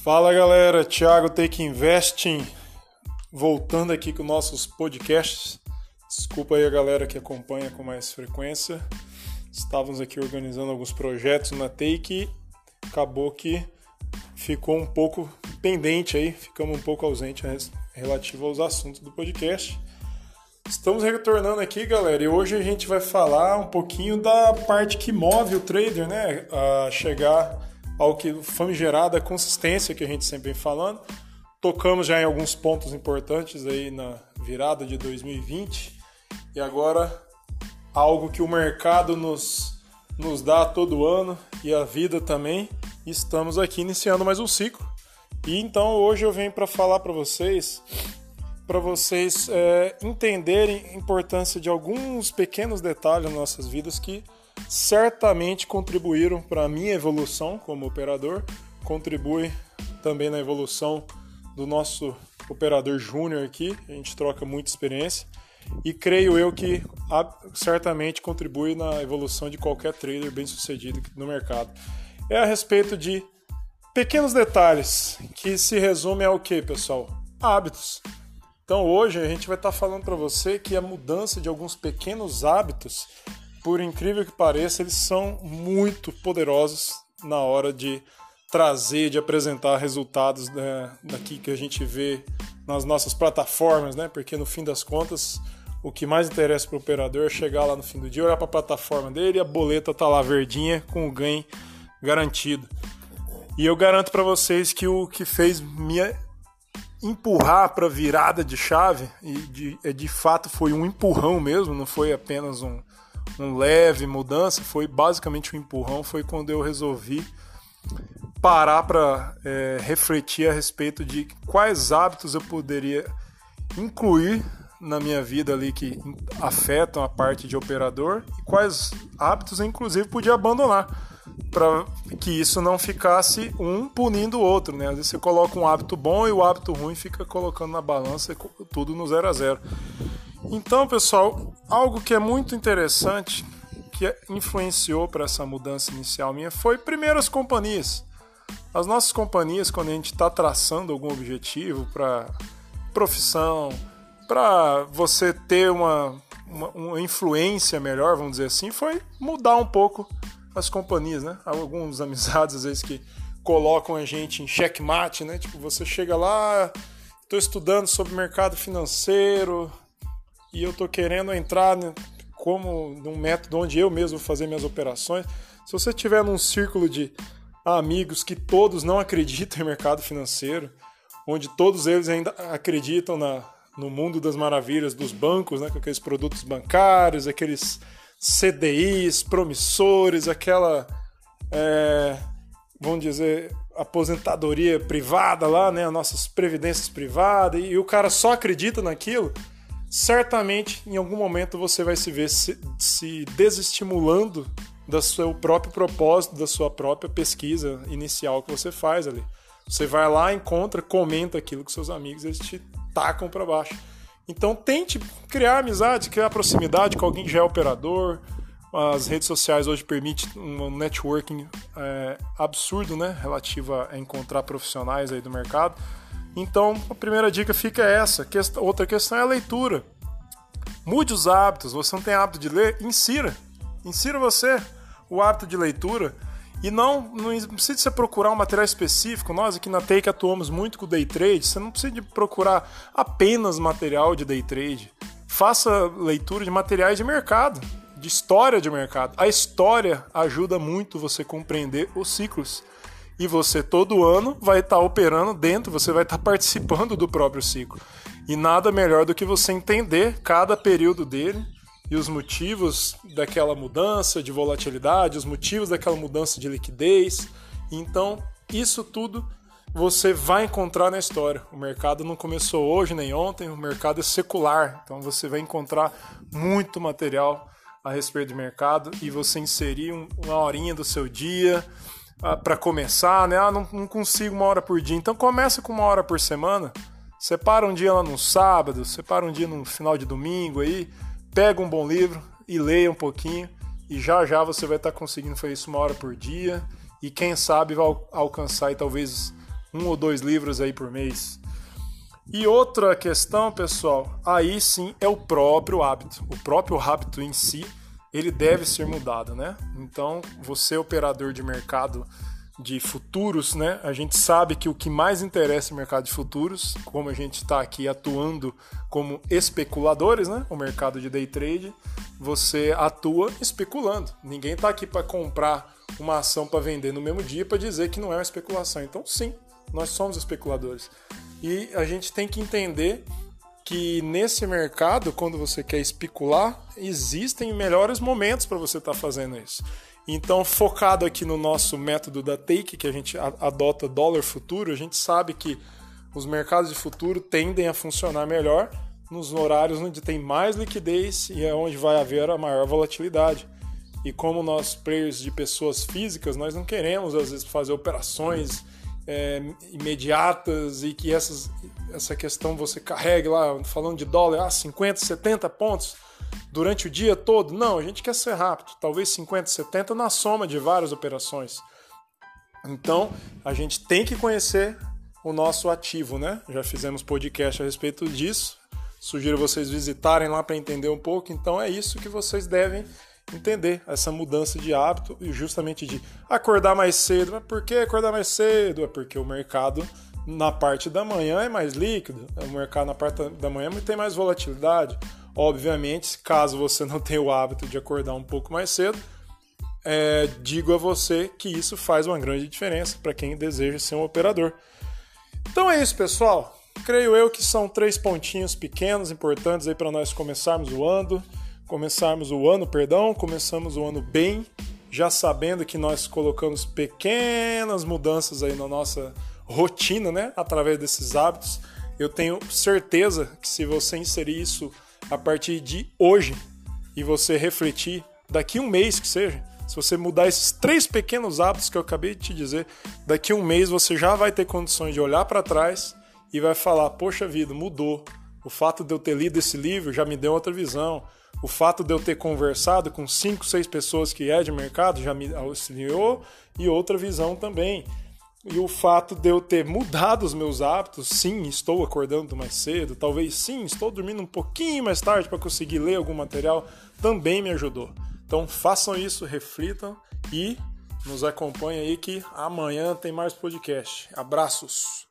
Fala galera, Thiago Take Investing, voltando aqui com nossos podcasts. Desculpa aí a galera que acompanha com mais frequência. Estávamos aqui organizando alguns projetos na Take, acabou que ficou um pouco pendente aí, ficamos um pouco ausentes relativo aos assuntos do podcast. Estamos retornando aqui, galera, e hoje a gente vai falar um pouquinho da parte que move o trader, né, a chegar ao que famigerada consistência que a gente sempre vem falando. Tocamos já em alguns pontos importantes aí na virada de 2020 e agora algo que o mercado nos dá todo ano e a vida também. Estamos aqui iniciando mais um ciclo e então hoje eu venho para falar para vocês entenderem a importância de alguns pequenos detalhes nas nossas vidas que certamente contribuíram para a minha evolução como operador, contribui também na evolução do nosso operador júnior aqui, a gente troca muita experiência e creio eu que certamente contribui na evolução de qualquer trader bem sucedido no mercado. É a respeito de pequenos detalhes que se resumem ao que, pessoal? Hábitos. Então hoje a gente vai estar falando para você que a mudança de alguns pequenos hábitos, por incrível que pareça, eles são muito poderosos na hora de trazer, de apresentar resultados daqui que a gente vê nas nossas plataformas, né? Porque no fim das contas, o que mais interessa para o operador é chegar lá no fim do dia, olhar para a plataforma dele e a boleta tá lá verdinha com o ganho garantido. E eu garanto para vocês que o que fez me empurrar para virada de chave, e de fato foi um empurrão mesmo, não foi apenas um leve mudança, foi basicamente um empurrão, foi quando eu resolvi parar para refletir a respeito de quais hábitos eu poderia incluir na minha vida ali que afetam a parte de operador e quais hábitos eu inclusive podia abandonar, para que isso não ficasse um punindo o outro, né? Às vezes você coloca um hábito bom e o hábito ruim fica colocando na balança tudo no 0 a 0. Então, pessoal, algo que é muito interessante, que influenciou para essa mudança inicial minha, foi primeiro as companhias. As nossas companhias, quando a gente está traçando algum objetivo para profissão, para você ter uma influência melhor, vamos dizer assim, foi mudar um pouco as companhias, né? Algumas amizades, às vezes, que colocam a gente em checkmate, né? Tipo, você chega lá, estou estudando sobre mercado financeiro e eu estou querendo entrar como num método onde eu mesmo vou fazer minhas operações. Se você estiver num círculo de amigos que todos não acreditam em mercado financeiro, onde todos eles ainda acreditam no mundo das maravilhas dos bancos, né? Com aqueles produtos bancários, aqueles CDIs promissores, aquela, vamos dizer, aposentadoria privada lá, né, as nossas previdências privadas, e o cara só acredita naquilo, certamente em algum momento você vai se ver se desestimulando do seu próprio propósito, da sua própria pesquisa inicial que você faz ali. Você vai lá, encontra, comenta aquilo com seus amigos, eles te tacam para baixo. Então tente criar amizade, criar proximidade com alguém que já é operador. As redes sociais hoje permitem um networking absurdo, né, relativo a encontrar profissionais aí do mercado. Então a primeira dica fica essa. Outra questão é a leitura. Mude os hábitos. Você não tem hábito de ler? Insira você o hábito de leitura. E não precisa você procurar um material específico. Nós aqui na Take atuamos muito com o Day Trade. Você não precisa de procurar apenas material de Day Trade. Faça leitura de materiais de mercado, de história de mercado. A história ajuda muito você a compreender os ciclos. E você todo ano vai estar operando dentro, você vai estar participando do próprio ciclo. E nada melhor do que você entender cada período dele e os motivos daquela mudança de volatilidade, os motivos daquela mudança de liquidez. Então, isso tudo você vai encontrar na história. O mercado não começou hoje nem ontem, o mercado é secular. Então, você vai encontrar muito material a respeito do mercado e você inserir uma horinha do seu dia para começar, né? Não consigo uma hora por dia. Então, começa com uma hora por semana. Separa um dia lá no sábado, separa um dia no final de domingo aí, pega um bom livro e leia um pouquinho e já você vai estar conseguindo fazer isso uma hora por dia e quem sabe vai alcançar aí, talvez 1 ou 2 livros aí por mês. E outra questão, pessoal, aí sim é o próprio hábito. O próprio hábito em si, ele deve ser mudado, né? Então, você operador de mercado de futuros, né? A gente sabe que o que mais interessa no mercado de futuros, como a gente está aqui atuando como especuladores, né? O mercado de day trade, você atua especulando. Ninguém está aqui para comprar uma ação para vender no mesmo dia para dizer que não é uma especulação. Então, sim, nós somos especuladores. E a gente tem que entender que nesse mercado, quando você quer especular, existem melhores momentos para você estar fazendo isso. Então, focado aqui no nosso método da Take, que a gente adota dólar futuro, a gente sabe que os mercados de futuro tendem a funcionar melhor nos horários onde tem mais liquidez e é onde vai haver a maior volatilidade. E como nós, players de pessoas físicas, nós não queremos, às vezes, fazer operações imediatas e que essa questão você carregue lá, falando de dólar, 50, 70 pontos durante o dia todo. Não, a gente quer ser rápido, talvez 50, 70 na soma de várias operações. Então, a gente tem que conhecer o nosso ativo, né? Já fizemos podcast a respeito disso. Sugiro vocês visitarem lá para entender um pouco. Então, é isso que vocês devem entender, essa mudança de hábito e justamente de acordar mais cedo. Mas por que acordar mais cedo? É porque o mercado na parte da manhã é mais líquido, o mercado na parte da manhã tem mais volatilidade. Obviamente, caso você não tenha o hábito de acordar um pouco mais cedo, digo a você que isso faz uma grande diferença para quem deseja ser um operador. Então é isso, pessoal. Creio eu que são 3 pontinhos pequenos, importantes aí para nós começarmos o ano bem, já sabendo que nós colocamos pequenas mudanças aí na nossa rotina, né, através desses hábitos. Eu tenho certeza que se você inserir isso a partir de hoje e você refletir daqui um mês que seja, se você mudar esses 3 pequenos hábitos que eu acabei de te dizer, daqui um mês você já vai ter condições de olhar para trás e vai falar, poxa vida, mudou. O fato de eu ter lido esse livro já me deu outra visão. O fato de eu ter conversado com 5, 6 pessoas que é de mercado já me auxiliou e outra visão também. E o fato de eu ter mudado os meus hábitos, sim, estou acordando mais cedo, talvez sim, estou dormindo um pouquinho mais tarde para conseguir ler algum material, também me ajudou. Então façam isso, reflitam e nos acompanhem aí que amanhã tem mais podcast. Abraços!